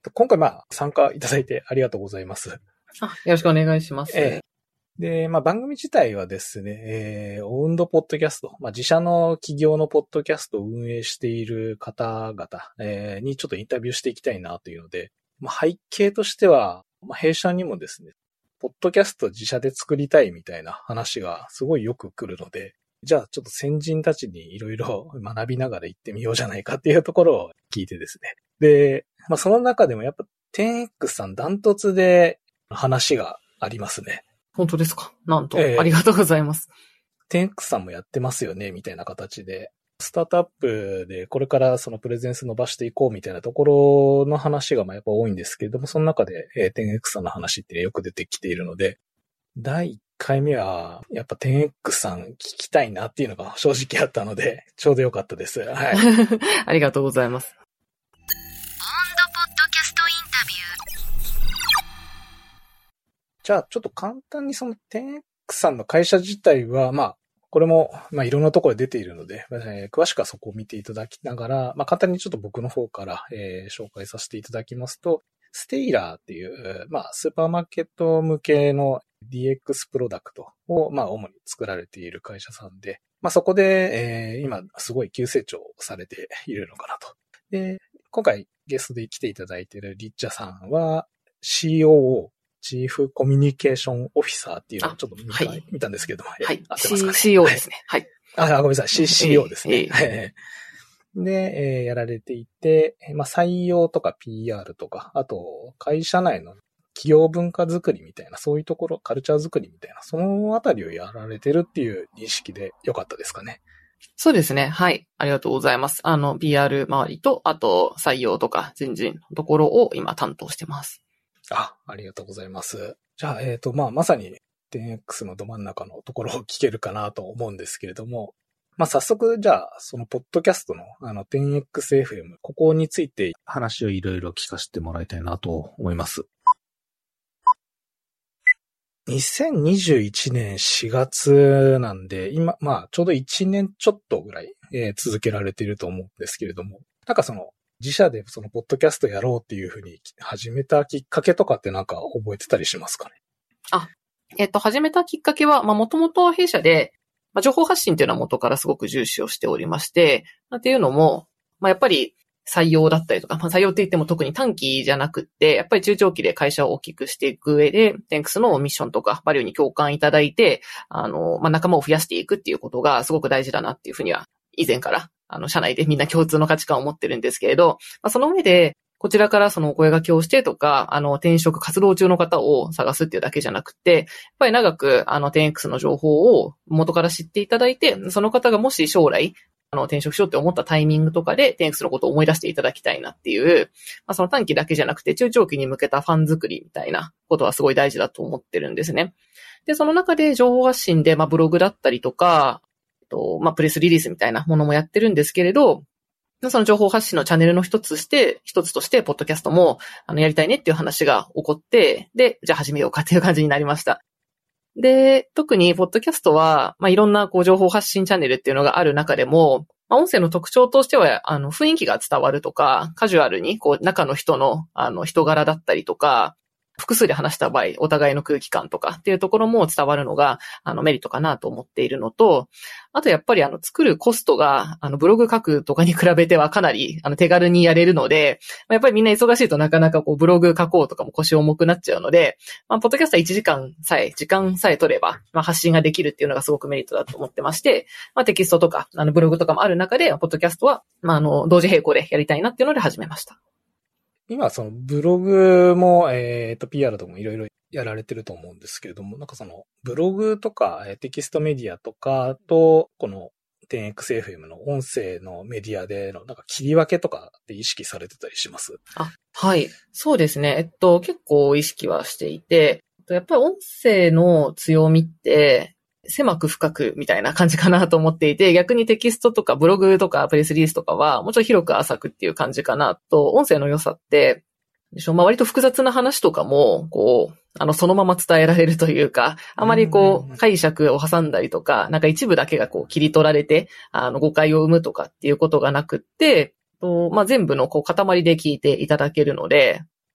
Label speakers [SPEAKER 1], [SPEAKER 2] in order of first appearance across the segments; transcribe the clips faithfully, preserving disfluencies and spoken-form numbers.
[SPEAKER 1] 今回まあ参加いただいてありがとうございます。
[SPEAKER 2] あ、よろしくお願いします。
[SPEAKER 1] えー、で、まあ番組自体はですね、えー、オウンドポッドキャスト、まあ自社の企業のポッドキャストを運営している方々、えー、にちょっとインタビューしていきたいなというので、まあ背景としては、まあ弊社にもですね、ポッドキャスト自社で作りたいみたいな話がすごいよく来るので、じゃあちょっと先人たちにいろいろ学びながら行ってみようじゃないかっていうところを聞いてですね。で、まあその中でもやっぱ テンエックス さんダントツで話がありますね。
[SPEAKER 2] 本当ですか？なんと、
[SPEAKER 1] えー、
[SPEAKER 2] ありがとうございます。
[SPEAKER 1] テンエックス さんもやってますよねみたいな形で、スタートアップでこれからそのプレゼンス伸ばしていこうみたいなところの話がまあやっぱ多いんですけれども、その中で テンエックス さんの話ってよく出てきているので、だいいっかいめはやっぱ テンエックス さん聞きたいなっていうのが正直あったので、ちょうどよかったです。はい。
[SPEAKER 2] ありがとうございます。
[SPEAKER 3] オウンドポッドキャストインタビュー。
[SPEAKER 1] じゃあちょっと簡単にその テンエックス さんの会社自体は、まあ、これも、まあ、いろんなところで出ているので、えー、詳しくはそこを見ていただきながら、まあ、簡単にちょっと僕の方から、えー、紹介させていただきますと、ステイラーっていう、まあ、スーパーマーケット向けの ディーエックス プロダクトを、まあ、主に作られている会社さんで、まあ、そこで、えー、今、すごい急成長されているのかなと。で、今回ゲストで来ていただいているリッチャさんは シーオーオー、チーフコミュニケーションオフィサーっていうのをちょっと見た、はい、見たんですけども。
[SPEAKER 2] はい。
[SPEAKER 1] 合ってますかね。
[SPEAKER 2] シーオー ですね。はい。
[SPEAKER 1] あ、ごめんなさい。シーオー ですね。
[SPEAKER 2] えー、
[SPEAKER 1] で、えー、やられていて、まあ、採用とか ピーアール とか、あと、会社内の企業文化づくりみたいな、そういうところ、カルチャーづくりみたいな、そのあたりをやられてるっていう認識でよかったですかね。
[SPEAKER 2] そうですね。はい。ありがとうございます。あの、ピーアール 周りと、あと、採用とか人事のところを今担当してます。
[SPEAKER 1] あ、ありがとうございます。じゃあ、えっと、まあ、まさに テンエックス のど真ん中のところを聞けるかなと思うんですけれども、まあ、早速、じゃあ、そのポッドキャストの、あの、テンエックスエフエム、ここについて話をいろいろ聞かせてもらいたいなと思います。にせんにじゅういちねんしがつなんで、今、まあ、ちょうどいちねんちょっとぐらい、えー、続けられていると思うんですけれども、なんかその、自社でそのポッドキャストやろうっていうふうに始めたきっかけとかってなんか覚えてたりしますかね？
[SPEAKER 2] あ、えっと、始めたきっかけは、まあ、もともと弊社で、まあ、情報発信っていうのは元からすごく重視をしておりまして、まあ、っていうのも、まあ、やっぱり採用だったりとか、まあ、採用って言っても特に短期じゃなくって、やっぱり中長期で会社を大きくしていく上で、テンエックスのミッションとかバリューに共感いただいて、あの、まあ、仲間を増やしていくっていうことがすごく大事だなっていうふうには、以前から、あの、社内でみんな共通の価値観を持ってるんですけれど、まあ、その上で、こちらからそのお声掛けをしてとか、あの、転職活動中の方を探すっていうだけじゃなくて、やっぱり長く、あの、テンエックスの情報を元から知っていただいて、その方がもし将来、あの、転職しようって思ったタイミングとかで、テンエックスのことを思い出していただきたいなっていう、まあ、その短期だけじゃなくて、中長期に向けたファン作りみたいなことはすごい大事だと思ってるんですね。で、その中で情報発信で、まあ、ブログだったりとか、と、まあ、プレスリリースみたいなものもやってるんですけれど、その情報発信のチャンネルの一つして、一つとして、ポッドキャストも、あの、やりたいねっていう話が起こって、で、じゃあ始めようかっていう感じになりました。で、特に、ポッドキャストは、まあ、いろんな、こう、情報発信チャンネルっていうのがある中でも、まあ、音声の特徴としては、あの、雰囲気が伝わるとか、カジュアルに、こう、中の人の、あの、人柄だったりとか、複数で話した場合、お互いの空気感とかっていうところも伝わるのが、あの、メリットかなと思っているのと、あとやっぱりあの、作るコストが、あの、ブログ書くとかに比べてはかなり、あの、手軽にやれるので、やっぱりみんな忙しいとなかなかこう、ブログ書こうとかも腰重くなっちゃうので、まあ、ポッドキャストはいちじかんさえ、時間さえ取れば、まあ、発信ができるっていうのがすごくメリットだと思ってまして、まあ、テキストとか、あの、ブログとかもある中で、ポッドキャストは、まあ、あの、同時並行でやりたいなっていうので始めました。
[SPEAKER 1] 今、そのブログも、えっと、ピーアール とかもいろいろやられてると思うんですけれども、なんかその、ブログとか、テキストメディアとかと、この テンエックスエフエム の音声のメディアでの、なんか切り分けとかって意識されてたりします？
[SPEAKER 2] あ、はい。そうですね。えっと、結構意識はしていて、やっぱり音声の強みって、狭く深くみたいな感じかなと思っていて、逆にテキストとかブログとかプレスリリースとかはもうちょっと広く浅くっていう感じかなと、音声の良さって、でしょ、まあ割と複雑な話とかも、こう、あの、そのまま伝えられるというか、あまりこう、解釈を挟んだりとか、なんか一部だけがこう切り取られて、あの、誤解を生むとかっていうことがなくって、とまあ全部のこう塊で聞いていただけるので、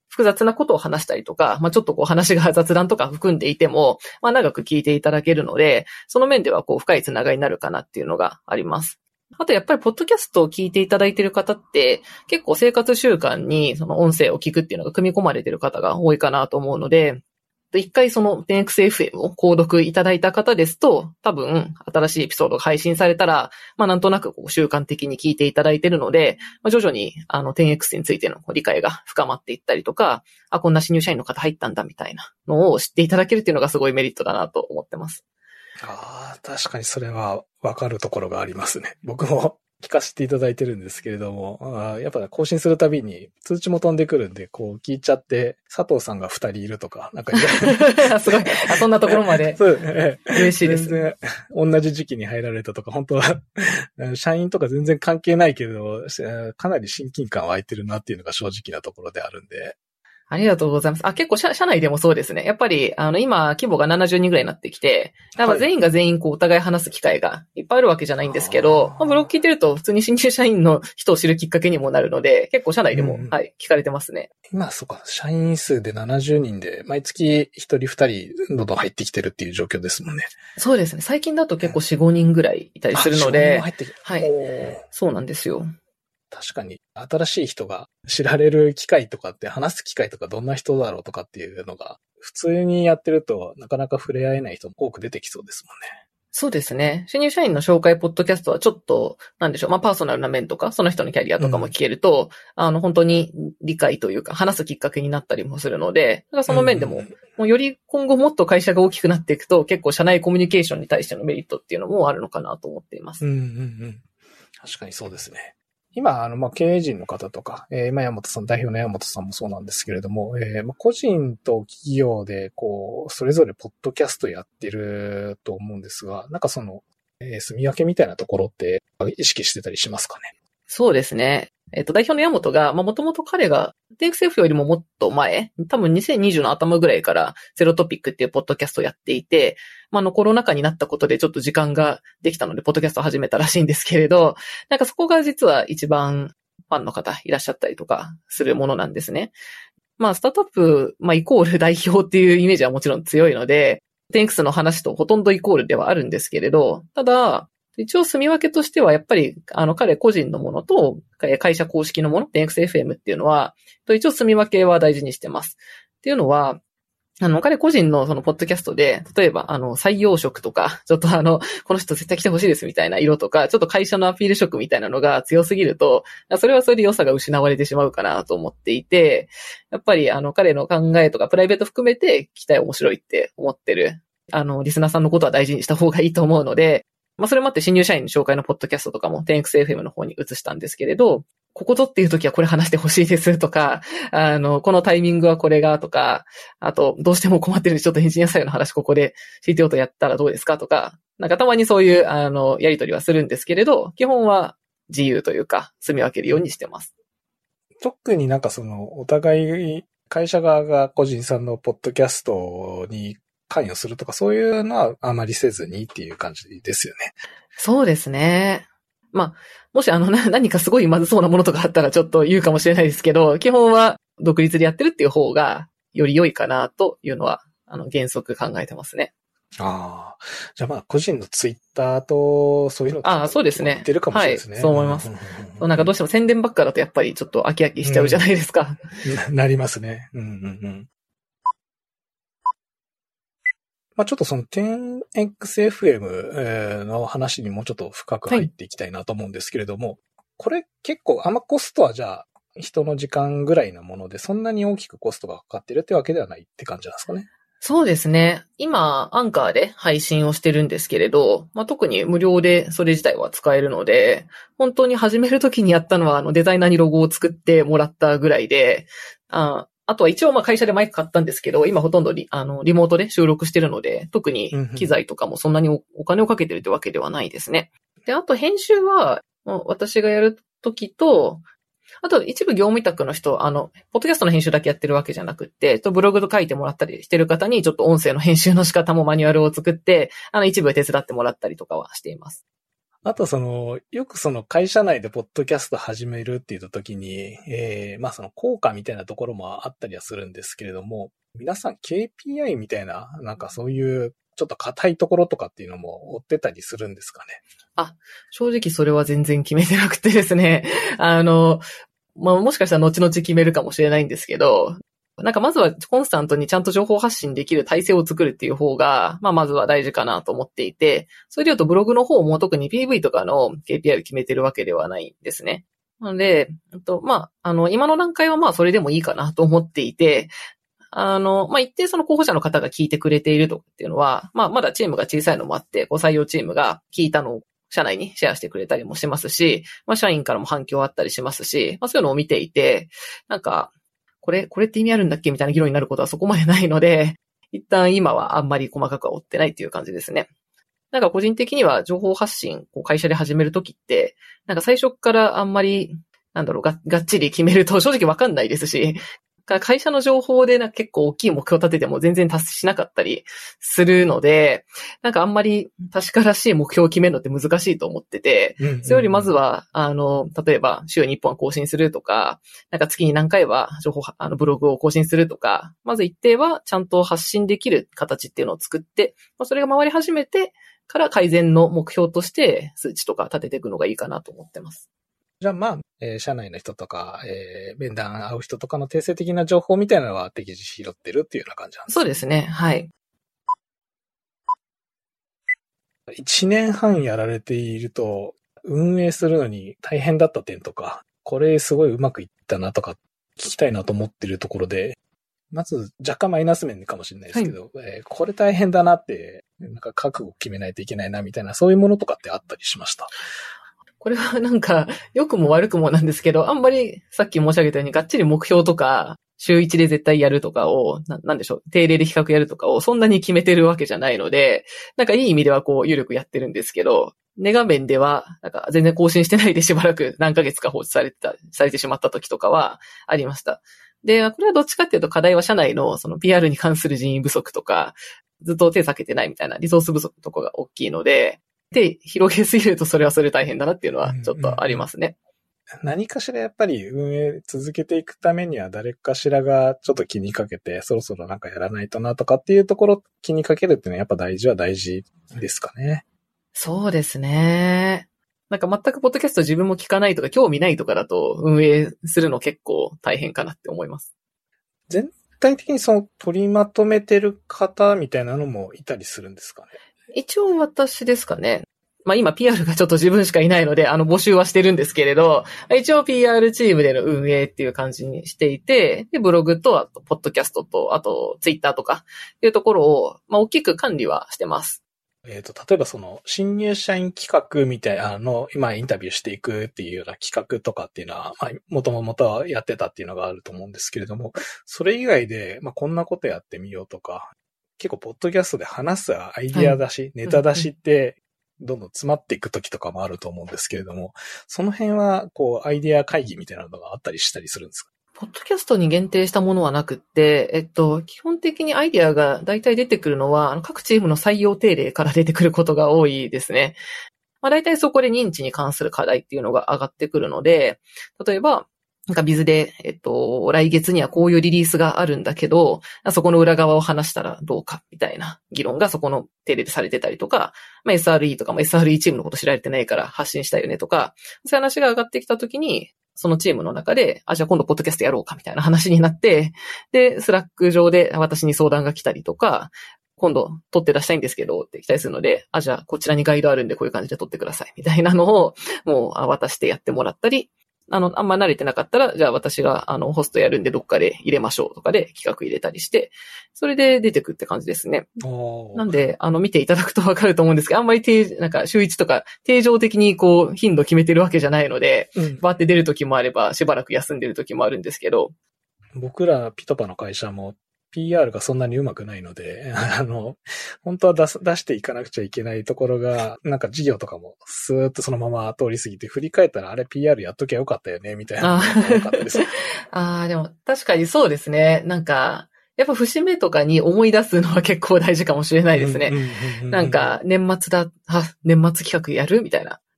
[SPEAKER 2] 複雑なことを話したりとか、まあちょっとこう話が雑談とか含んでいても、まあ長く聞いていただけるので、その面ではこう深いつながりになるかなっていうのがあります。あとやっぱりポッドキャストを聞いていただいている方って結構生活習慣にその音声を聞くっていうのが組み込まれている方が多いかなと思うので、一回その テンエックスエフエム を購読いただいた方ですと、多分新しいエピソードが配信されたら、まあなんとなくこう習慣的に聞いていただいているので、まあ、徐々にあの テンエックス についての理解が深まっていったりとか、あ、こんな新入社員の方入ったんだみたいなのを知っていただけるっていうのがすごいメリットだなと思ってます。
[SPEAKER 1] ああ、確かにそれはわかるところがありますね。僕も聞かせていただいてるんですけれども、あやっぱ更新するたびに通知も飛んでくるんで、こう聞いちゃって、佐藤さんが二人いるとか、なんか
[SPEAKER 2] すごい。あ、そんなところまで。
[SPEAKER 1] そう、ええ、
[SPEAKER 2] 嬉しいです。
[SPEAKER 1] 全然同じ時期に入られたとか、本当は社員とか全然関係ないけど、かなり親近感湧いてるなっていうのが正直なところであるんで。
[SPEAKER 2] ありがとうございます。あ、結構社、社内でもそうですね。やっぱり、あの、今、規模がななじゅうにんぐらいになってきて、やっぱ全員が全員、こう、お互い話す機会がいっぱいあるわけじゃないんですけど、まあ、ブログ聞いてると、普通に新入社員の人を知るきっかけにもなるので、結構社内でも、うん、はい、聞かれてますね。
[SPEAKER 1] 今、そうか、社員数でななじゅうにんで、毎月一人二人、どんどん入ってきてるっていう状況ですもんね。
[SPEAKER 2] そうですね。最近だと結構よん、ごにんぐらいいたりするので、
[SPEAKER 1] 入ってき
[SPEAKER 2] はい。そうなんですよ。
[SPEAKER 1] 確かに、新しい人が知られる機会とかって、話す機会とかどんな人だろうとかっていうのが、普通にやってるとなかなか触れ合えない人も多く出てきそうですもんね。
[SPEAKER 2] そうですね。新入社員の紹介ポッドキャストはちょっと、なんでしょう、まあパーソナルな面とか、その人のキャリアとかも聞けると、うん、あの本当に理解というか、話すきっかけになったりもするので、だからその面でも、うん、もうより今後もっと会社が大きくなっていくと、結構社内コミュニケーションに対してのメリットっていうのもあるのかなと思っています。
[SPEAKER 1] うんうんうん。確かにそうですね。今、あの、まあ、経営陣の方とか、えー、まあ、山本さん、代表の山本さんもそうなんですけれども、えー、まあ、個人と企業で、こう、それぞれポッドキャストやってると思うんですが、なんかその、えー、住み分けみたいなところって意識してたりしますかね？
[SPEAKER 2] そうですね。えっと、代表の山本が、まあ、もともと彼が、テイクセーフよりももっと前、多分にせんにじゅうの頭ぐらいからゼロトピックっていうポッドキャストをやっていて、まあ、あのコロナ禍になったことでちょっと時間ができたので、ポッドキャストを始めたらしいんですけれど、なんかそこが実は一番ファンの方いらっしゃったりとかするものなんですね。まあ、スタートアップ、まあ、イコール代表っていうイメージはもちろん強いので、テンエックスの話とほとんどイコールではあるんですけれど、ただ、一応住み分けとしてはやっぱりあの彼個人のものと会社公式のもの テンエックスエフエム っていうのは一応住み分けは大事にしてます。っていうのはあの彼個人のそのポッドキャストで例えばあの採用色とかちょっとあのこの人絶対来てほしいですみたいな色とかちょっと会社のアピール色みたいなのが強すぎるとそれはそれで良さが失われてしまうかなと思っていて、やっぱりあの彼の考えとかプライベート含めて聞きたい面白いって思ってるあのリスナーさんのことは大事にした方がいいと思うので、まあ、それもあって新入社員の紹介のポッドキャストとかも テンエックスエフエム の方に移したんですけれど、ここぞっていう時はこれ話してほしいですとか、あの、このタイミングはこれがとか、あと、どうしても困ってるんでちょっとエンジニア採用の話ここで シーティーオー とやったらどうですかとか、なんかたまにそういう、あの、やりとりはするんですけれど、基本は自由というか、住み分けるようにしてます。
[SPEAKER 1] 特になんかその、お互い、会社側が個人さんのポッドキャストに関与するとかそういうのはあまりせずにっていう感じですよね。
[SPEAKER 2] そうですね。まあ、もしあの何かすごいまずそうなものとかあったらちょっと言うかもしれないですけど、基本は独立でやってるっていう方がより良いかなというのはあの原則考えてますね。
[SPEAKER 1] ああ。じゃあまあ個人のツイッターとそういうのと
[SPEAKER 2] ああ、そうですね。
[SPEAKER 1] 似てるかもしれないですね。
[SPEAKER 2] はい、そう思います。なんかどうしても宣伝ばっかだとやっぱりちょっと飽き飽きしちゃうじゃないですか。
[SPEAKER 1] うん、な, なりますね。うんうんうん。まあちょっとその テンエックスエフエム の話にもうちょっと深く入っていきたいなと思うんですけれども、はい、これ結構あんまコストはじゃあ人の時間ぐらいなものでそんなに大きくコストがかかってるってわけではないって感じなんですかね。
[SPEAKER 2] そうですね。今、アンカーで配信をしてるんですけれど、まあ、特に無料でそれ自体は使えるので、本当に始めるときにやったのは、あの、デザイナーにロゴを作ってもらったぐらいで、ああとは一応まあ会社でマイク買ったんですけど、今ほとんどリあのリモートで収録してるので、特に機材とかもそんなに お, お金をかけてるってわけではないですね。で、あと編集は、私がやるときと、あと一部業務委託の人、あの、ポッドキャストの編集だけやってるわけじゃなくって、とブログと書いてもらったりしてる方に、ちょっと音声の編集の仕方もマニュアルを作って、あの一部手伝ってもらったりとかはしています。
[SPEAKER 1] あとその、よくその会社内でポッドキャスト始めるって言った時に、えー、まあその効果みたいなところもあったりはするんですけれども、皆さん ケーピーアイ みたいな、なんかそういうちょっと硬いところとかっていうのも追ってたりするんですかね。
[SPEAKER 2] あ、正直それは全然決めてなくてですね。あの、まあもしかしたら後々決めるかもしれないんですけど、なんかまずはコンスタントにちゃんと情報発信できる体制を作るっていう方が、まあまずは大事かなと思っていて、それで言うとブログの方も特に ピーブイ とかの ケーピーアイ を決めてるわけではないんですね。なので、えっと、まあ、あの、今の段階はまあそれでもいいかなと思っていて、あの、まあ、一定その候補者の方が聞いてくれているとかっていうのは、まあ、まだチームが小さいのもあって、こう採用チームが聞いたのを社内にシェアしてくれたりもしますし、まあ、社員からも反響あったりしますし、まあ、そういうのを見ていて、なんか、これ、これって意味あるんだっけみたいな議論になることはそこまでないので、一旦今はあんまり細かくは追ってないっていう感じですね。なんか個人的には情報発信、こう会社で始めるときって、なんか最初からあんまり、なんだろう、が、がっちり決めると正直わかんないですし、会社の情報でな結構大きい目標を立てても全然達成しなかったりするので、なんかあんまり確からしい目標を決めるのって難しいと思ってて、うんうんうん、それよりまずは、あの、例えば週にいっぽん更新するとか、なんか月に何回は情報、あのブログを更新するとか、まず一定はちゃんと発信できる形っていうのを作って、それが回り始めてから改善の目標として数値とか立てていくのがいいかなと思ってます。
[SPEAKER 1] じゃあまあ、えー、社内の人とか、えー、面談会う人とかの定性的な情報みたいなのは適時拾ってるっていうような感じなんですか？
[SPEAKER 2] そうですね。はい。
[SPEAKER 1] 一年半やられていると、運営するのに大変だった点とか、これすごいうまくいったなとか聞きたいなと思ってるところで、まず若干マイナス面かもしれないですけど、はい、えー、これ大変だなって、なんか覚悟決めないといけないなみたいな、そういうものとかってあったりしました？
[SPEAKER 2] これはなんか、良くも悪くもなんですけど、あんまりさっき申し上げたように、がっちり目標とか、週一で絶対やるとかを、な、なんでしょう、定例で企画やるとかを、そんなに決めてるわけじゃないので、なんかいい意味ではこう、ゆるくやってるんですけど、ネガ面では、なんか全然更新してないでしばらく何ヶ月か放置されてた、されてしまった時とかはありました。で、これはどっちかっていうと課題は社内のその ピーアール に関する人員不足とか、ずっと手避けてないみたいなリソース不足とかが大きいので、で、広げすぎるとそれはそれ大変だなっていうのはちょっとありますね。
[SPEAKER 1] うんうん、何かしらやっぱり運営続けていくためには誰かしらがちょっと気にかけてそろそろなんかやらないとなとかっていうところ気にかけるっていうのはやっぱ大事は大事ですかね。
[SPEAKER 2] そうですね。なんか全くポッドキャスト自分も聞かないとか興味ないとかだと運営するの結構大変かなって思います。
[SPEAKER 1] 全体的にその取りまとめてる方みたいなのもいたりするんですかね。
[SPEAKER 2] 一応私ですかね。まあ今 ピーアール がちょっと自分しかいないので、あの募集はしてるんですけれど、一応 ピーアール チームでの運営っていう感じにしていて、で、ブログと、あと、ポッドキャストと、あと、ツイッターとかっていうところを、まあ大きく管理はしてます。
[SPEAKER 1] えっと、例えばその、新入社員企画みたいなの、今インタビューしていくっていうような企画とかっていうのは、まあ、もともとはやってたっていうのがあると思うんですけれども、それ以外で、まあこんなことやってみようとか、結構、ポッドキャストで話すアイディア出し、はい、ネタ出しって、どんどん詰まっていくときとかもあると思うんですけれども、その辺は、こう、アイディア会議みたいなのがあったりしたりするんですか？
[SPEAKER 2] ポッドキャストに限定したものはなくって、えっと、基本的にアイディアが大体出てくるのは、あの各チームの採用定例から出てくることが多いですね。まあ大体そこで認知に関する課題っていうのが上がってくるので、例えば、なんかビズで、えっと、来月にはこういうリリースがあるんだけど、そこの裏側を話したらどうかみたいな議論がそこの定例でされてたりとか、まあ エスアールイー とかも エスアールイー チームのこと知られてないから発信したいよねとか、そういう話が上がってきたときに、そのチームの中で、あ、じゃあ今度ポッドキャストやろうかみたいな話になって、で、スラック上で私に相談が来たりとか、今度撮って出したいんですけどって期待するので、あ、じゃあこちらにガイドあるんでこういう感じで撮ってくださいみたいなのをもう渡してやってもらったり、あの、あんま慣れてなかったら、じゃあ私が、あの、ホストやるんでどっかで入れましょうとかで企画入れたりして、それで出てくって感じですね。なんで、あの、見ていただくとわかると思うんですけど、あんまり定、なんか週いちとか定常的にこう、頻度決めてるわけじゃないので、うん、バーって出る時もあれば、しばらく休んでる時もあるんですけど。
[SPEAKER 1] 僕らピトパの会社も、ピーアール がそんなにうまくないので、あの、本当は出す、出していかなくちゃいけないところが、なんか事業とかもスーッとそのまま通り過ぎて、振り返ったらあれ ピーアール やっときゃよかったよね、みたいなのが多かったです。
[SPEAKER 2] ああ、でも確かにそうですね。なんか、やっぱ節目とかに思い出すのは結構大事かもしれないですね。なんか、年末だ、あ、年末企画やるみたいな。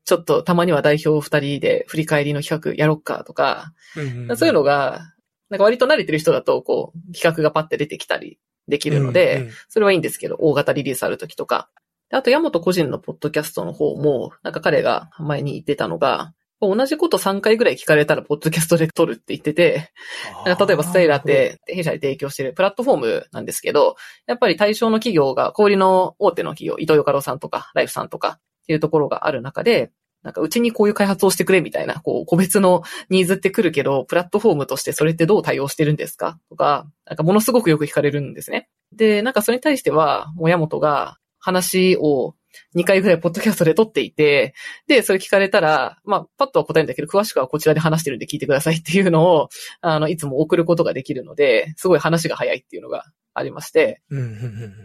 [SPEAKER 2] ちょっとたまには代表二人で振り返りの企画やろっかとか、
[SPEAKER 1] うんうんうん、
[SPEAKER 2] そういうのが、なんか割と慣れてる人だと、こう、企画がパッて出てきたりできるので、うんうん、それはいいんですけど、大型リリースある時とか。あと、ヤマト個人のポッドキャストの方も、なんか彼が前に言ってたのが、同じことさんかいぐらい聞かれたら、ポッドキャストで撮るって言ってて、なんか例えばステイラって、弊社で提供しているプラットフォームなんですけど、やっぱり対象の企業が、小売りの大手の企業、イトーヨーカドーさんとか、ライフさんとかっていうところがある中で、なんかうちにこういう開発をしてくれみたいな、こう個別のニーズってくるけど、プラットフォームとしてそれってどう対応してるんですかとか、なんかものすごくよく聞かれるんですね。で、なんかそれに対しては、もやもとが話をにかいぐらいポッドキャストで撮っていて、で、それ聞かれたら、まあ、パッとは答えるんだけど、詳しくはこちらで話してるんで聞いてくださいっていうのを、あの、いつも送ることができるので、すごい話が早いっていうのがありまして。
[SPEAKER 1] うんうんうん、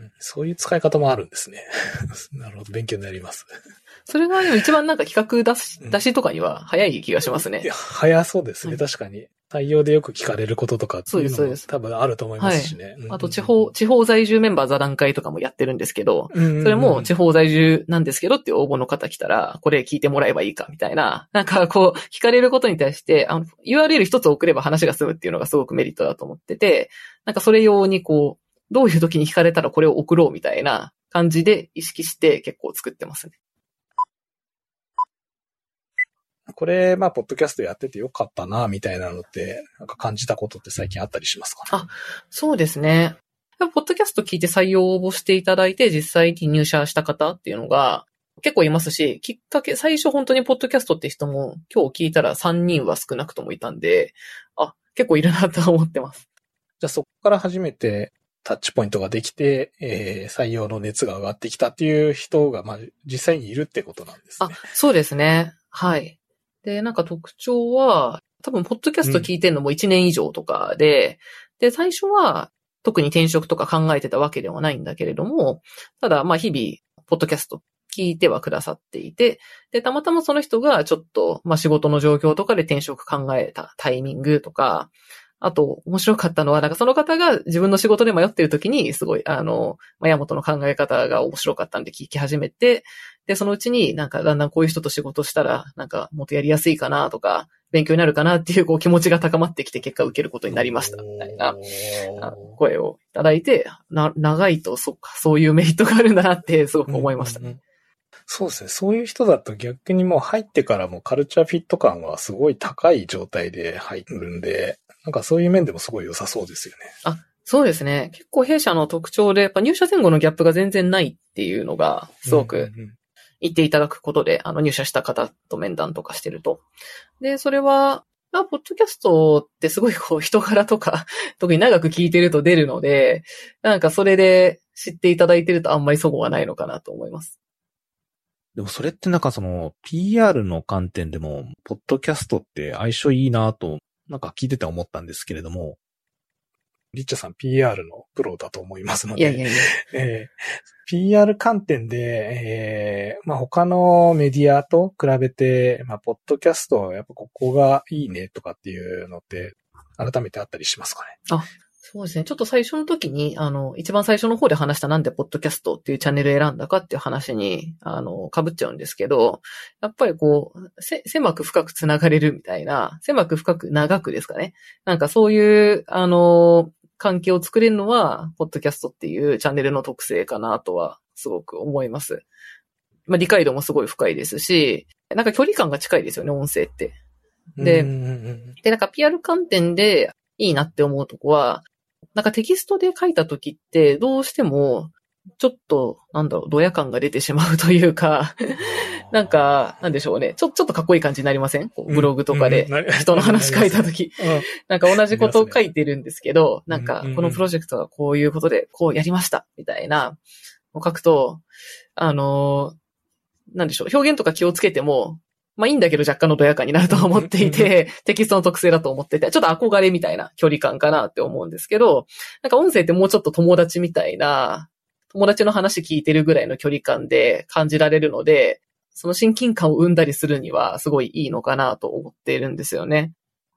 [SPEAKER 1] そういう使い方もあるんですね。なるほど、勉強になります。
[SPEAKER 2] それが一番なんか企画出し、出しとかには早い気がしますね。
[SPEAKER 1] いや、早そうですね、うん、確かに。採用でよく聞かれることとかっていうのも多分あると思いますしね。
[SPEAKER 2] はい、あと地方、地方在住メンバー座談会とかもやってるんですけど、うんうんうん、それも地方在住なんですけどっていう応募の方来たら、これ聞いてもらえばいいかみたいな、なんかこう、聞かれることに対して、あの、ユーアールエル 一つ送れば話が済むっていうのがすごくメリットだと思ってて、なんかそれ用にこう、どういう時に聞かれたらこれを送ろうみたいな感じで意識して結構作ってますね。
[SPEAKER 1] これ、まあ、ポッドキャストやっててよかったな、みたいなのって、なんか感じたことって最近あったりしますかね？
[SPEAKER 2] あ、そうですね。ポッドキャスト聞いて採用応募していただいて、実際に入社した方っていうのが結構いますし、きっかけ、最初本当にポッドキャストって人も今日聞いたらさんにんは少なくともいたんで、あ、結構いるなと思ってます。
[SPEAKER 1] じゃあそこから初めてタッチポイントができて、えー、採用の熱が上がってきたっていう人が、まあ、実際にいるってことなんですね。
[SPEAKER 2] あ、そうですね。はい。で、なんか特徴は、多分、ポッドキャスト聞いてんのもいちねん以上とかで、うん、で、最初は特に転職とか考えてたわけではないんだけれども、ただ、まあ、日々、ポッドキャスト聞いてはくださっていて、で、たまたまその人がちょっと、まあ、仕事の状況とかで転職考えたタイミングとか、あと、面白かったのは、なんかその方が自分の仕事で迷っている時に、すごい、あの、まあ、ヤマトの考え方が面白かったんで聞き始めて、で、そのうちになんかだんだんこういう人と仕事したら、なんかもっとやりやすいかなとか、勉強になるかなっていうこう気持ちが高まってきて結果受けることになりました、みたいな声をいただいて、な、長いとそっか、そういうメリットがあるんだなってすごく思いました。
[SPEAKER 1] うんうんうん、そうですね。そういう人だと逆にもう入ってからもカルチャーフィット感はすごい高い状態で入るんで、なんかそういう面でもすごい良さそうですよね。
[SPEAKER 2] あ、そうですね。結構弊社の特徴で、やっぱ入社前後のギャップが全然ないっていうのが、すごく言っていただくことで、あの入社した方と面談とかしてると。で、それは、まあ、ポッドキャストってすごいこう人柄とか、特に長く聞いてると出るので、なんかそれで知っていただいてるとあんまり齟齬がないのかなと思います。
[SPEAKER 4] でもそれってなんかその ピーアール の観点でも、ポッドキャストって相性いいなと、なんか聞いてて思ったんですけれども。
[SPEAKER 1] リッチャさん ピーアール のプロだと思いますので。
[SPEAKER 2] いやいやいや。
[SPEAKER 1] えー、ピーアール 観点で、えー、まあ他のメディアと比べて、まあポッドキャストやっぱここがいいねとかっていうのって改めてあったりしますかね？
[SPEAKER 2] あ、そうですね。ちょっと最初の時に、あの、一番最初の方で話したなんでポッドキャストっていうチャンネル選んだかっていう話に、あの、被っちゃうんですけど、やっぱりこう、せ、狭く深くつながれるみたいな、狭く深く長くですかね。なんかそういう、あの、関係を作れるのは、ポッドキャストっていうチャンネルの特性かなとは、すごく思います。まあ、理解度もすごい深いですし、なんか距離感が近いですよね、音声って。で、で、なんか ピーアール 観点でいいなって思うとこは、なんかテキストで書いたときってどうしてもちょっとなんだろうドヤ感が出てしまうというかなんかなんでしょうねちょちょっとかっこいい感じになりません？こうブログとかで人の話書いたとき、うん、なんか同じことを書いてるんですけど、なんかこのプロジェクトはこういうことでこうやりましたみたいなを書くとあのなんでしょう表現とか気をつけてもまあいいんだけど若干のドヤ感になると思っていて、テキストの特性だと思ってて、ちょっと憧れみたいな距離感かなって思うんですけど、なんか音声ってもうちょっと友達みたいな、友達の話聞いてるぐらいの距離感で感じられるので、その親近感を生んだりするにはすごいいいのかなと思っているんですよね。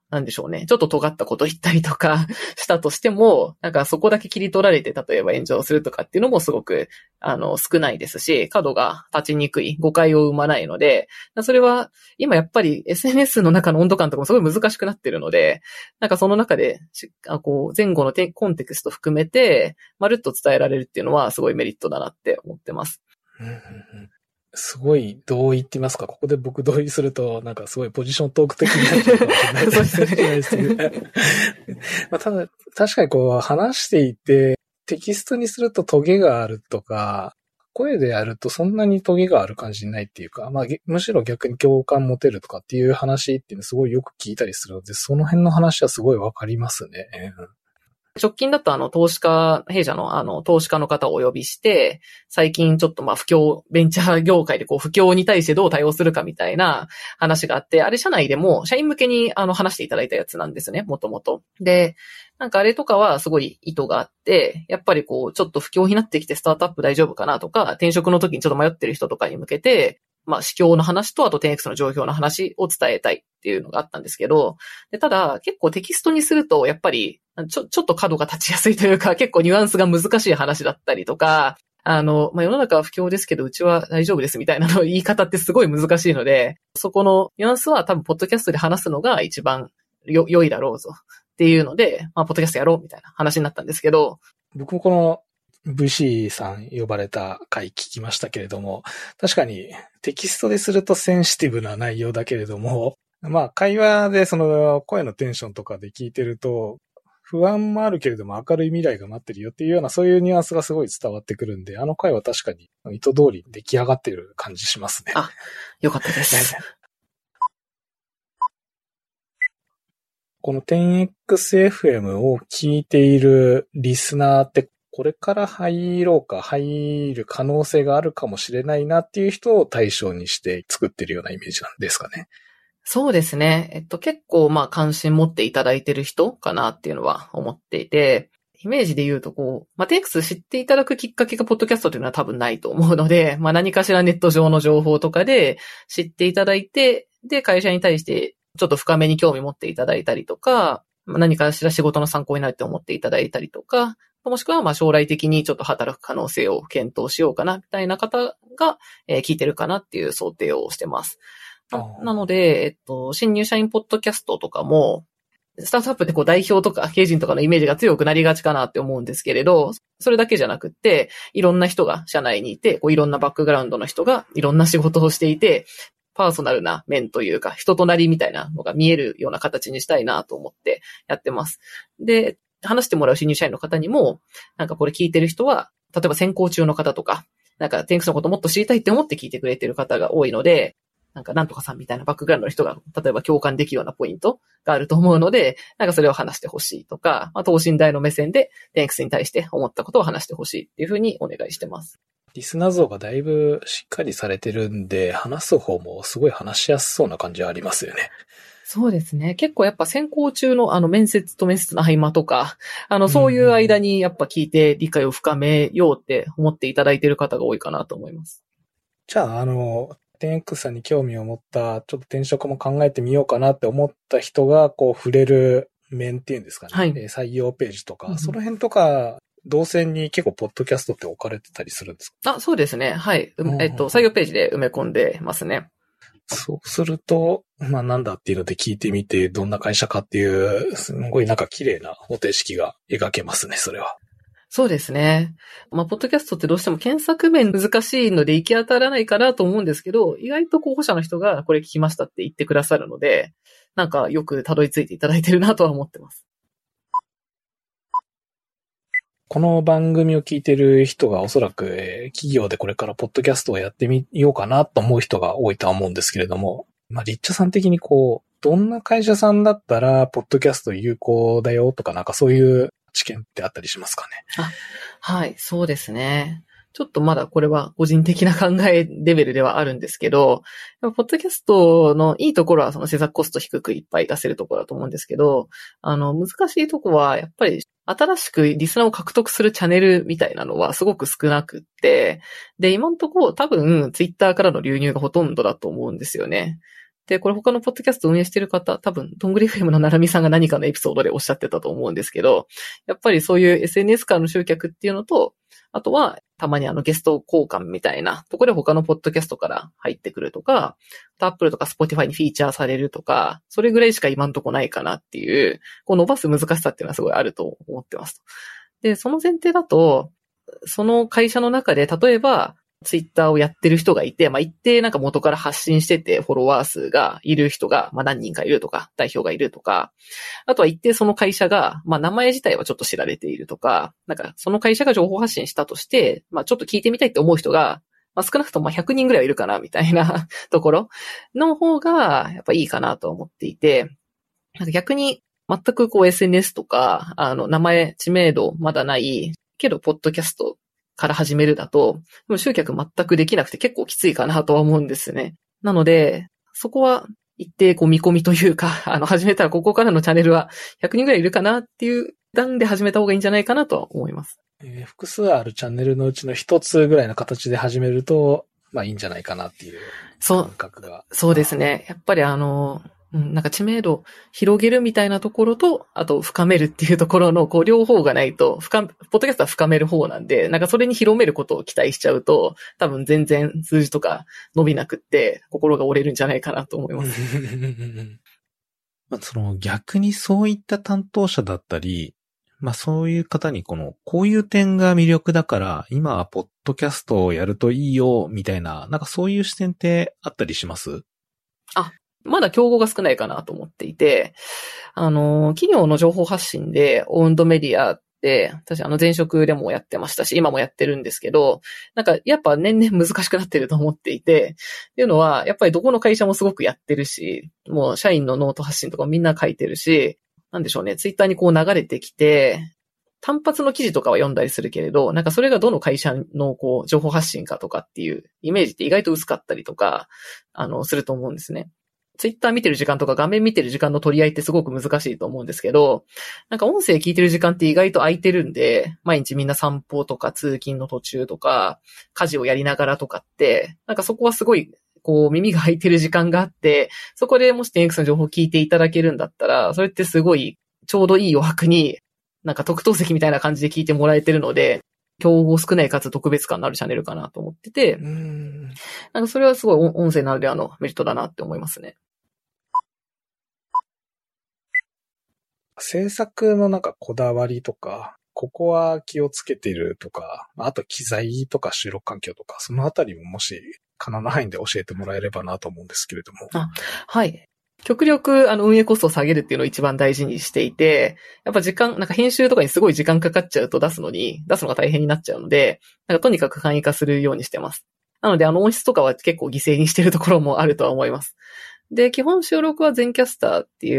[SPEAKER 2] なんでしょうね。ちょっと尖ったこと言ったりとかしたとしても、なんかそこだけ切り取られて、例えば炎上するとかっていうのもすごく、あの、少ないですし、角が立ちにくい、誤解を生まないので、それは、今やっぱり エスエヌエス の中の温度感とかもすごい難しくなってるので、なんかその中で、あこう前後のコンテクスト含めて、まるっと伝えられるっていうのはすごいメリットだなって思ってます。
[SPEAKER 1] うんうんうん、すごい同意って言いますか、ここで僕同意すると、なんかすごいポジショントーク的になっちゃうかもしれないですね。まあ、ただ、確かにこう話していて、テキストにするとトゲがあるとか、声でやるとそんなにトゲがある感じにないっていうか、まあ、むしろ逆に共感持てるとかっていう話っていうのすごいよく聞いたりするので、その辺の話はすごいわかりますね。
[SPEAKER 2] 直近だとあの投資家、弊社のあの投資家の方をお呼びして、最近ちょっとまあ不況、ベンチャー業界でこう不況に対してどう対応するかみたいな話があって、あれ社内でも社員向けにあの話していただいたやつなんですね、もともと。で、なんかあれとかはすごい意図があって、やっぱりこうちょっと不況になってきてスタートアップ大丈夫かなとか、転職の時にちょっと迷ってる人とかに向けて、まあ、市況の話と、あと テンエックス の状況の話を伝えたいっていうのがあったんですけど、でただ、結構テキストにすると、やっぱり、ちょ、ちょっと角が立ちやすいというか、結構ニュアンスが難しい話だったりとか、あの、まあ、世の中は不況ですけど、うちは大丈夫ですみたいなの言い方ってすごい難しいので、そこのニュアンスは多分、ポッドキャストで話すのが一番よ、良いだろうぞっていうので、まあ、ポッドキャストやろうみたいな話になったんですけど、
[SPEAKER 1] 僕もこの、ブイシー さん呼ばれた回聞きましたけれども、確かにテキストでするとセンシティブな内容だけれども、まあ会話でその声のテンションとかで聞いてると、不安もあるけれども明るい未来が待ってるよっていうようなそういうニュアンスがすごい伝わってくるんで、あの回は確かに意図通り出来上がってる感じしますね。
[SPEAKER 2] あ、よかったです。
[SPEAKER 1] この テンエックスエフエム を聞いているリスナーってこれから入ろうか入る可能性があるかもしれないなっていう人を対象にして作ってるようなイメージなんですかね。
[SPEAKER 2] そうですね。えっと結構まあ関心持っていただいてる人かなっていうのは思っていて、イメージで言うとこう、まあ テンエックス 知っていただくきっかけがポッドキャストというのは多分ないと思うので、まあ何かしらネット上の情報とかで知っていただいて、で会社に対してちょっと深めに興味持っていただいたりとか、何かしら仕事の参考になるって思っていただいたりとか、もしくはまあ将来的にちょっと働く可能性を検討しようかなみたいな方が、えー、聞いてるかなっていう想定をしてます。な, なので、えっと、新入社員ポッドキャストとかも、スタートアップってこう代表とか経営陣とかのイメージが強くなりがちかなって思うんですけれど、それだけじゃなくって、いろんな人が社内にいて、こういろんなバックグラウンドの人がいろんな仕事をしていて、パーソナルな面というか、人となりみたいなのが見えるような形にしたいなと思ってやってます。で、話してもらう新入社員の方にも、なんかこれ聞いてる人は、例えば専攻中の方とか、なんかテンエックスのこともっと知りたいって思って聞いてくれてる方が多いので、なんかなんとかさんみたいなバックグラウンドの人が、例えば共感できるようなポイントがあると思うので、なんかそれを話してほしいとか、まあ、等身大の目線で テンエックス に対して思ったことを話してほしいっていうふうにお願いしてます。
[SPEAKER 1] リスナー像がだいぶしっかりされてるんで、話す方もすごい話しやすそうな感じはありますよね。
[SPEAKER 2] そうですね。結構やっぱ選考中のあの面接と面接の合間とか、あのそういう間にやっぱ聞いて理解を深めようって思っていただいている方が多いかなと思います。
[SPEAKER 1] じゃあ、あの、テンエックス さんに興味を持った、ちょっと転職も考えてみようかなって思った人がこう触れる面っていうんですかね。
[SPEAKER 2] はい。
[SPEAKER 1] 採用ページとか、
[SPEAKER 2] うん、
[SPEAKER 1] その辺とか、動線に結構ポッドキャストって置かれてたりするんですか？
[SPEAKER 2] あ、そうですね。はい。えっと、採用ページで埋め込んでますね。
[SPEAKER 1] そうすると、まあなんだっていうので聞いてみて、どんな会社かっていう、すごいなんか綺麗な方程式が描けますね、それは。
[SPEAKER 2] そうですね。まあ、ポッドキャストってどうしても検索面難しいので行き当たらないかなと思うんですけど、意外と候補者の人がこれ聞きましたって言ってくださるので、なんかよくたどり着いていただいてるなとは思ってます。
[SPEAKER 1] この番組を聞いてる人がおそらく、えー、企業でこれからポッドキャストをやってみようかなと思う人が多いとは思うんですけれども、まあ、リッチャさん的にこう、どんな会社さんだったら、ポッドキャスト有効だよとかなんかそういう知見ってあったりしますかね？
[SPEAKER 2] あ、はい、そうですね。ちょっとまだこれは個人的な考えレベルではあるんですけど、ポッドキャストのいいところはその制作コスト低くいっぱい出せるところだと思うんですけど、あの、難しいところはやっぱり新しくリスナーを獲得するチャンネルみたいなのはすごく少なくって、で、今のところ多分ツイッターからの流入がほとんどだと思うんですよね。 で、これ他のポッドキャスト運営してる方、多分、どんぐり エフエム のななみさんが何かのエピソードでおっしゃってたと思うんですけど、やっぱりそういう エスエヌエス からの集客っていうのと、あとは、たまにあのゲスト交換みたいなところで他のポッドキャストから入ってくるとか、Apple とか Spotify にフィーチャーされるとか、それぐらいしか今んとこないかなっていう、こう伸ばす難しさっていうのはすごいあると思ってます。で、その前提だと、その会社の中で、例えば、ツイッターをやってる人がいて、まあ、一定なんか元から発信してて、フォロワー数がいる人が、まあ、何人かいるとか、代表がいるとか、あとは一定その会社が、まあ、名前自体はちょっと知られているとか、なんか、その会社が情報発信したとして、まあ、ちょっと聞いてみたいって思う人が、まあ、少なくともまあひゃくにんぐらいはいるかな、みたいなところの方が、やっぱいいかなと思っていて、なんか逆に、全くこう エスエヌエス とか、あの、名前、知名度まだない、けど、ポッドキャストから始めるだと、でも集客全くできなくて結構きついかなとは思うんですね。なので、そこは一定こう見込みというか、あの、始めたらここからのチャンネルはひゃくにんぐらいいるかなっていう段で始めた方がいいんじゃないかなとは思います。
[SPEAKER 1] えー、複数あるチャンネルのうちの一つぐらいの形で始めると、まあいいんじゃないかなっていう感覚が。
[SPEAKER 2] そう、そうですね。やっぱりあの、うん、なんか知名度を広げるみたいなところと、あと深めるっていうところの、こう両方がないと、深、ポッドキャストは深める方なんで、なんかそれに広めることを期待しちゃうと、多分全然数字とか伸びなくって、心が折れるんじゃないかなと思います。
[SPEAKER 4] まあ、その逆にそういった担当者だったり、まあそういう方にこの、こういう点が魅力だから、今はポッドキャストをやるといいよ、みたいな、なんかそういう視点ってあったりします？
[SPEAKER 2] あ、まだ競合が少ないかなと思っていて、あの、企業の情報発信で、オウンドメディアって、私あの前職でもやってましたし、今もやってるんですけど、なんかやっぱ年々難しくなってると思っていて、っていうのは、やっぱりどこの会社もすごくやってるし、もう社員のノート発信とかみんな書いてるし、なんでしょうね、ツイッターにこう流れてきて、単発の記事とかは読んだりするけれど、なんかそれがどの会社のこう情報発信かとかっていうイメージって意外と薄かったりとか、あの、すると思うんですね。ツイッター見てる時間とか画面見てる時間の取り合いってすごく難しいと思うんですけど、なんか音声聞いてる時間って意外と空いてるんで、毎日みんな散歩とか通勤の途中とか、家事をやりながらとかって、なんかそこはすごい、こう耳が空いてる時間があって、そこでもし テンエックス の情報を聞いていただけるんだったら、それってすごいちょうどいい余白に、なんか特等席みたいな感じで聞いてもらえてるので、競合少ないかつ特別感のあるチャンネルかなと思ってて、うんなんかそれはすごい音声ならではのメリットだなって思いますね。
[SPEAKER 1] 制作のなんかこだわりとか、ここは気をつけてるとか、あと機材とか収録環境とか、そのあたりももし可能な範囲で教えてもらえればなと思うんですけれども。
[SPEAKER 2] あ、はい。極力、あの、運営コストを下げるっていうのを一番大事にしていて、やっぱ時間、なんか編集とかにすごい時間かかっちゃうと出すのに、出すのが大変になっちゃうので、なんかとにかく簡易化するようにしてます。なので、あの、音質とかは結構犠牲にしてるところもあるとは思います。で、基本収録は全キャスターっていう、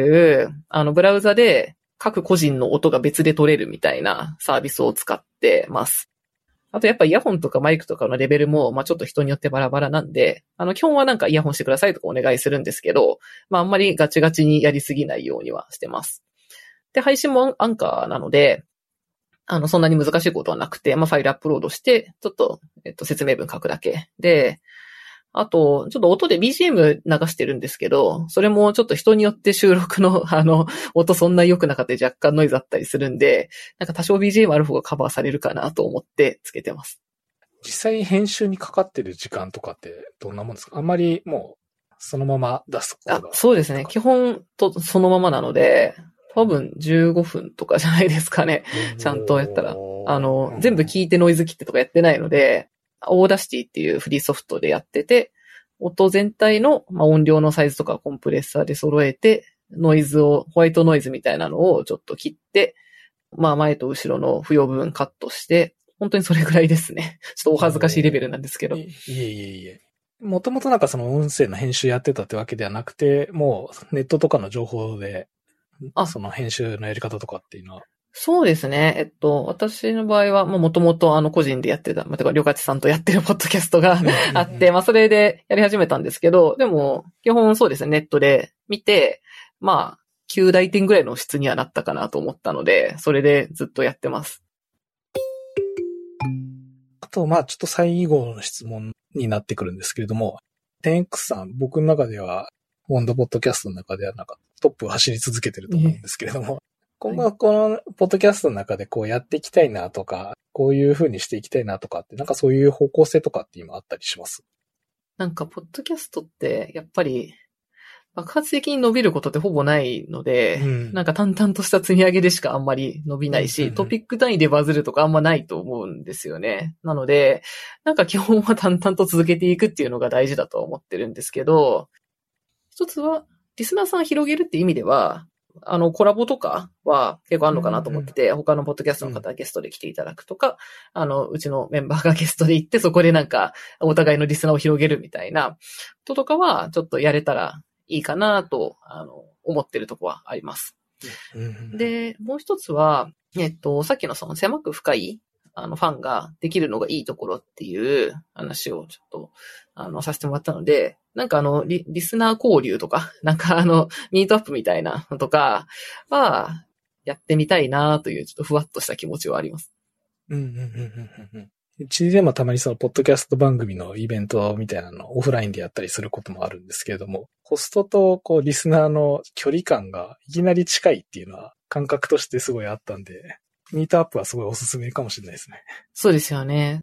[SPEAKER 2] あの、ブラウザで各個人の音が別で取れるみたいなサービスを使ってます。あとやっぱイヤホンとかマイクとかのレベルも、まあちょっと人によってバラバラなんで、あの基本はなんかイヤホンしてくださいとかお願いするんですけど、まああんまりガチガチにやりすぎないようにはしてます。で、配信もアンカーなので、あのそんなに難しいことはなくて、まあファイルアップロードして、ちょっと、えっと説明文書くだけで、あと、ちょっと音で ビージーエム 流してるんですけど、それもちょっと人によって収録のあの、音そんな良くなかったり若干ノイズあったりするんで、なんか多少 ビージーエム ある方がカバーされるかなと思ってつけてます。
[SPEAKER 1] 実際編集にかかってる時間とかってどんなもんですか？あんまりもうそのまま出すことが。
[SPEAKER 2] あ、そうですね。基本とそのままなので、多分じゅうごふんとかじゃないですかね。ちゃんとやったら。あの、全部聞いてノイズ切ってとかやってないので、オーダーシティっていうフリーソフトでやってて、音全体の、まあ、音量のサイズとかコンプレッサーで揃えて、ノイズを、ホワイトノイズみたいなのをちょっと切って、まあ前と後ろの不要部分カットして、本当にそれぐらいですね。ちょっとお恥ずかしいレベルなんですけど。
[SPEAKER 1] いえいえいえ。もともとなんかその音声の編集やってたってわけではなくて、もうネットとかの情報で、あ、その編集のやり方とかっていうのは。
[SPEAKER 2] そうですね。えっと、私の場合は、もともとあの個人でやってた、まあ、てか、りょかちさんとやってるポッドキャストがあって、まあ、それでやり始めたんですけど、でも、基本そうですね、ネットで見て、まあ、きゅう大点ぐらいの質にはなったかなと思ったので、それでずっとやってます。
[SPEAKER 1] あと、まあ、ちょっと最後の質問になってくるんですけれども、テンエックス さん、僕の中では、 オンドポッドキャストの中ではなんかトップを走り続けてると思うんですけれども、今後はこのポッドキャストの中でこうやっていきたいなとか、こういう風にしていきたいなとかって、なんかそういう方向性とかって今あったりします？
[SPEAKER 2] なんか、ポッドキャストって、やっぱり、爆発的に伸びることってほぼないので、うん、なんか淡々とした積み上げでしかあんまり伸びないし、うんうんうん、トピック単位でバズるとかあんまないと思うんですよね。なので、なんか基本は淡々と続けていくっていうのが大事だと思ってるんですけど、一つは、リスナーさん広げるって意味では、あの、コラボとかは結構あるのかなと思ってて、うんうん、他のポッドキャストの方はゲストで来ていただくとか、うん、あの、うちのメンバーがゲストで行って、そこでなんか、お互いのリスナーを広げるみたいなこととかは、ちょっとやれたらいいかなと、あの、思ってるとこはあります。うんうん、で、もう一つは、えっと、さっきのその狭く深い、あの、ファンができるのがいいところっていう話をちょっと、あの、させてもらったので、なんかあのリ、リスナー交流とか、なんかあの、ミートアップみたいなのとかは、やってみたいなという、ちょっとふわっとした気持ちはあります。
[SPEAKER 1] うんうんうんうんうん。うちでもたまにその、ポッドキャスト番組のイベントみたいなのをオフラインでやったりすることもあるんですけれども、ホストとこう、リスナーの距離感がいきなり近いっていうのは、感覚としてすごいあったんで、ミートアップはすごいおすすめかもしれないですね。
[SPEAKER 2] そうですよね。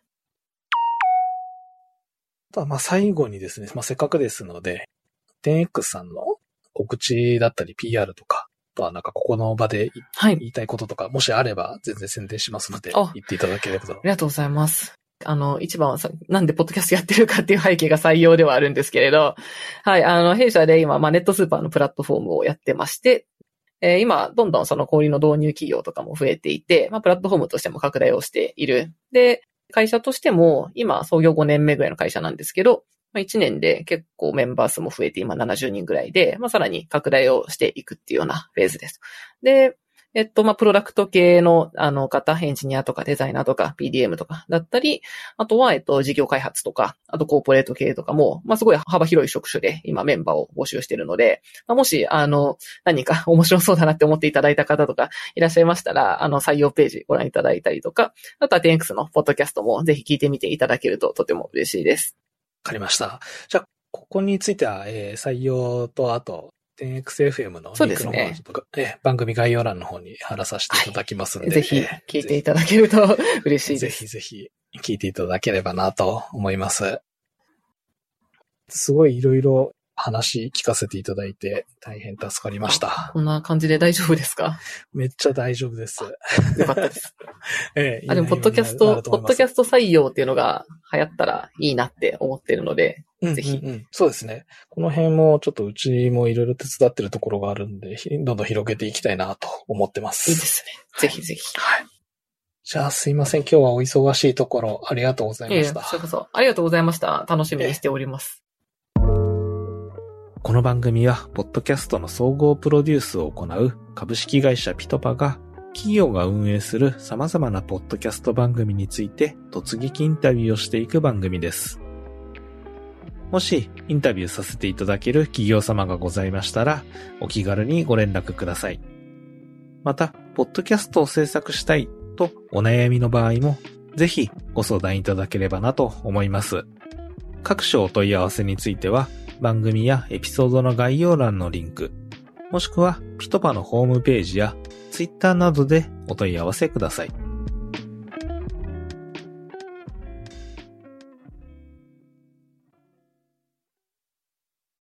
[SPEAKER 1] あとはまあ最後にですね、まあせっかくですので、テンエックス さんの告知だったり ピーアール とか、あとはなんかここの場で言いたいこととか、はい、もしあれば全然宣伝しますので、言っていただければと。
[SPEAKER 2] ありがとうございます。あの、一番はさ、なんでポッドキャストやってるかっていう背景が採用ではあるんですけれど、はい、あの、弊社で今、まあネットスーパーのプラットフォームをやってまして、えー、今、どんどんその小売の導入企業とかも増えていて、まあプラットフォームとしても拡大をしている。で、会社としても、今、創業ごねんめぐらいの会社なんですけど、いちねんで結構メンバー数も増えて、今ななじゅうにんぐらいで、まあ、さらに拡大をしていくっていうようなフェーズです。で、えっと、まあ、プロダクト系の、あの方、エンジニアとかデザイナーとか ピーディーエム とかだったり、あとは、えっと、事業開発とか、あとコーポレート系とかも、まあ、すごい幅広い職種で今メンバーを募集しているので、まあ、もし、あの、何か面白そうだなって思っていただいた方とかいらっしゃいましたら、あの、採用ページご覧いただいたりとか、あとは テンエックス のポッドキャストもぜひ聞いてみていただけるととても嬉しいです。
[SPEAKER 1] わかりました。じゃあ、ここについては、えー、採用と、あと、テンエックスエフエム のリンクの方をちょっと、ね、番組概要欄の方に貼らさせていただきますので、
[SPEAKER 2] はい、ぜひ聞いていただけると嬉しいです。
[SPEAKER 1] ぜひぜひ聞いていただければなと思います。すごいいろいろ話聞かせていただいて大変助かりました。
[SPEAKER 2] こんな感じで大丈夫ですか？
[SPEAKER 1] めっちゃ大丈夫です。よ
[SPEAKER 2] かったです。ええ、あ、でもポッドキャスト、ポッドキャスト採用っていうのが流行ったらいいなって思ってるので、
[SPEAKER 1] うんうんうん、
[SPEAKER 2] ぜひ。
[SPEAKER 1] そうですね。この辺もちょっとうちもいろいろ手伝ってるところがあるんで、どんどん広げていきたいなと思ってます。
[SPEAKER 2] いいですね。ぜひぜひ。
[SPEAKER 1] はい。じゃあすいません。今日はお忙しいところありがとうございました。
[SPEAKER 2] いやいや、それこそありがとうございました。楽しみにしております。
[SPEAKER 4] この番組は、ポッドキャストの総合プロデュースを行う株式会社ピトパが、企業が運営する様々なポッドキャスト番組について突撃インタビューをしていく番組です。もし、インタビューさせていただける企業様がございましたら、お気軽にご連絡ください。また、ポッドキャストを制作したいとお悩みの場合も、ぜひご相談いただければなと思います。各種お問い合わせについては、番組やエピソードの概要欄のリンク、もしくはピトパのホームページやツイッターなどでお問い合わせください。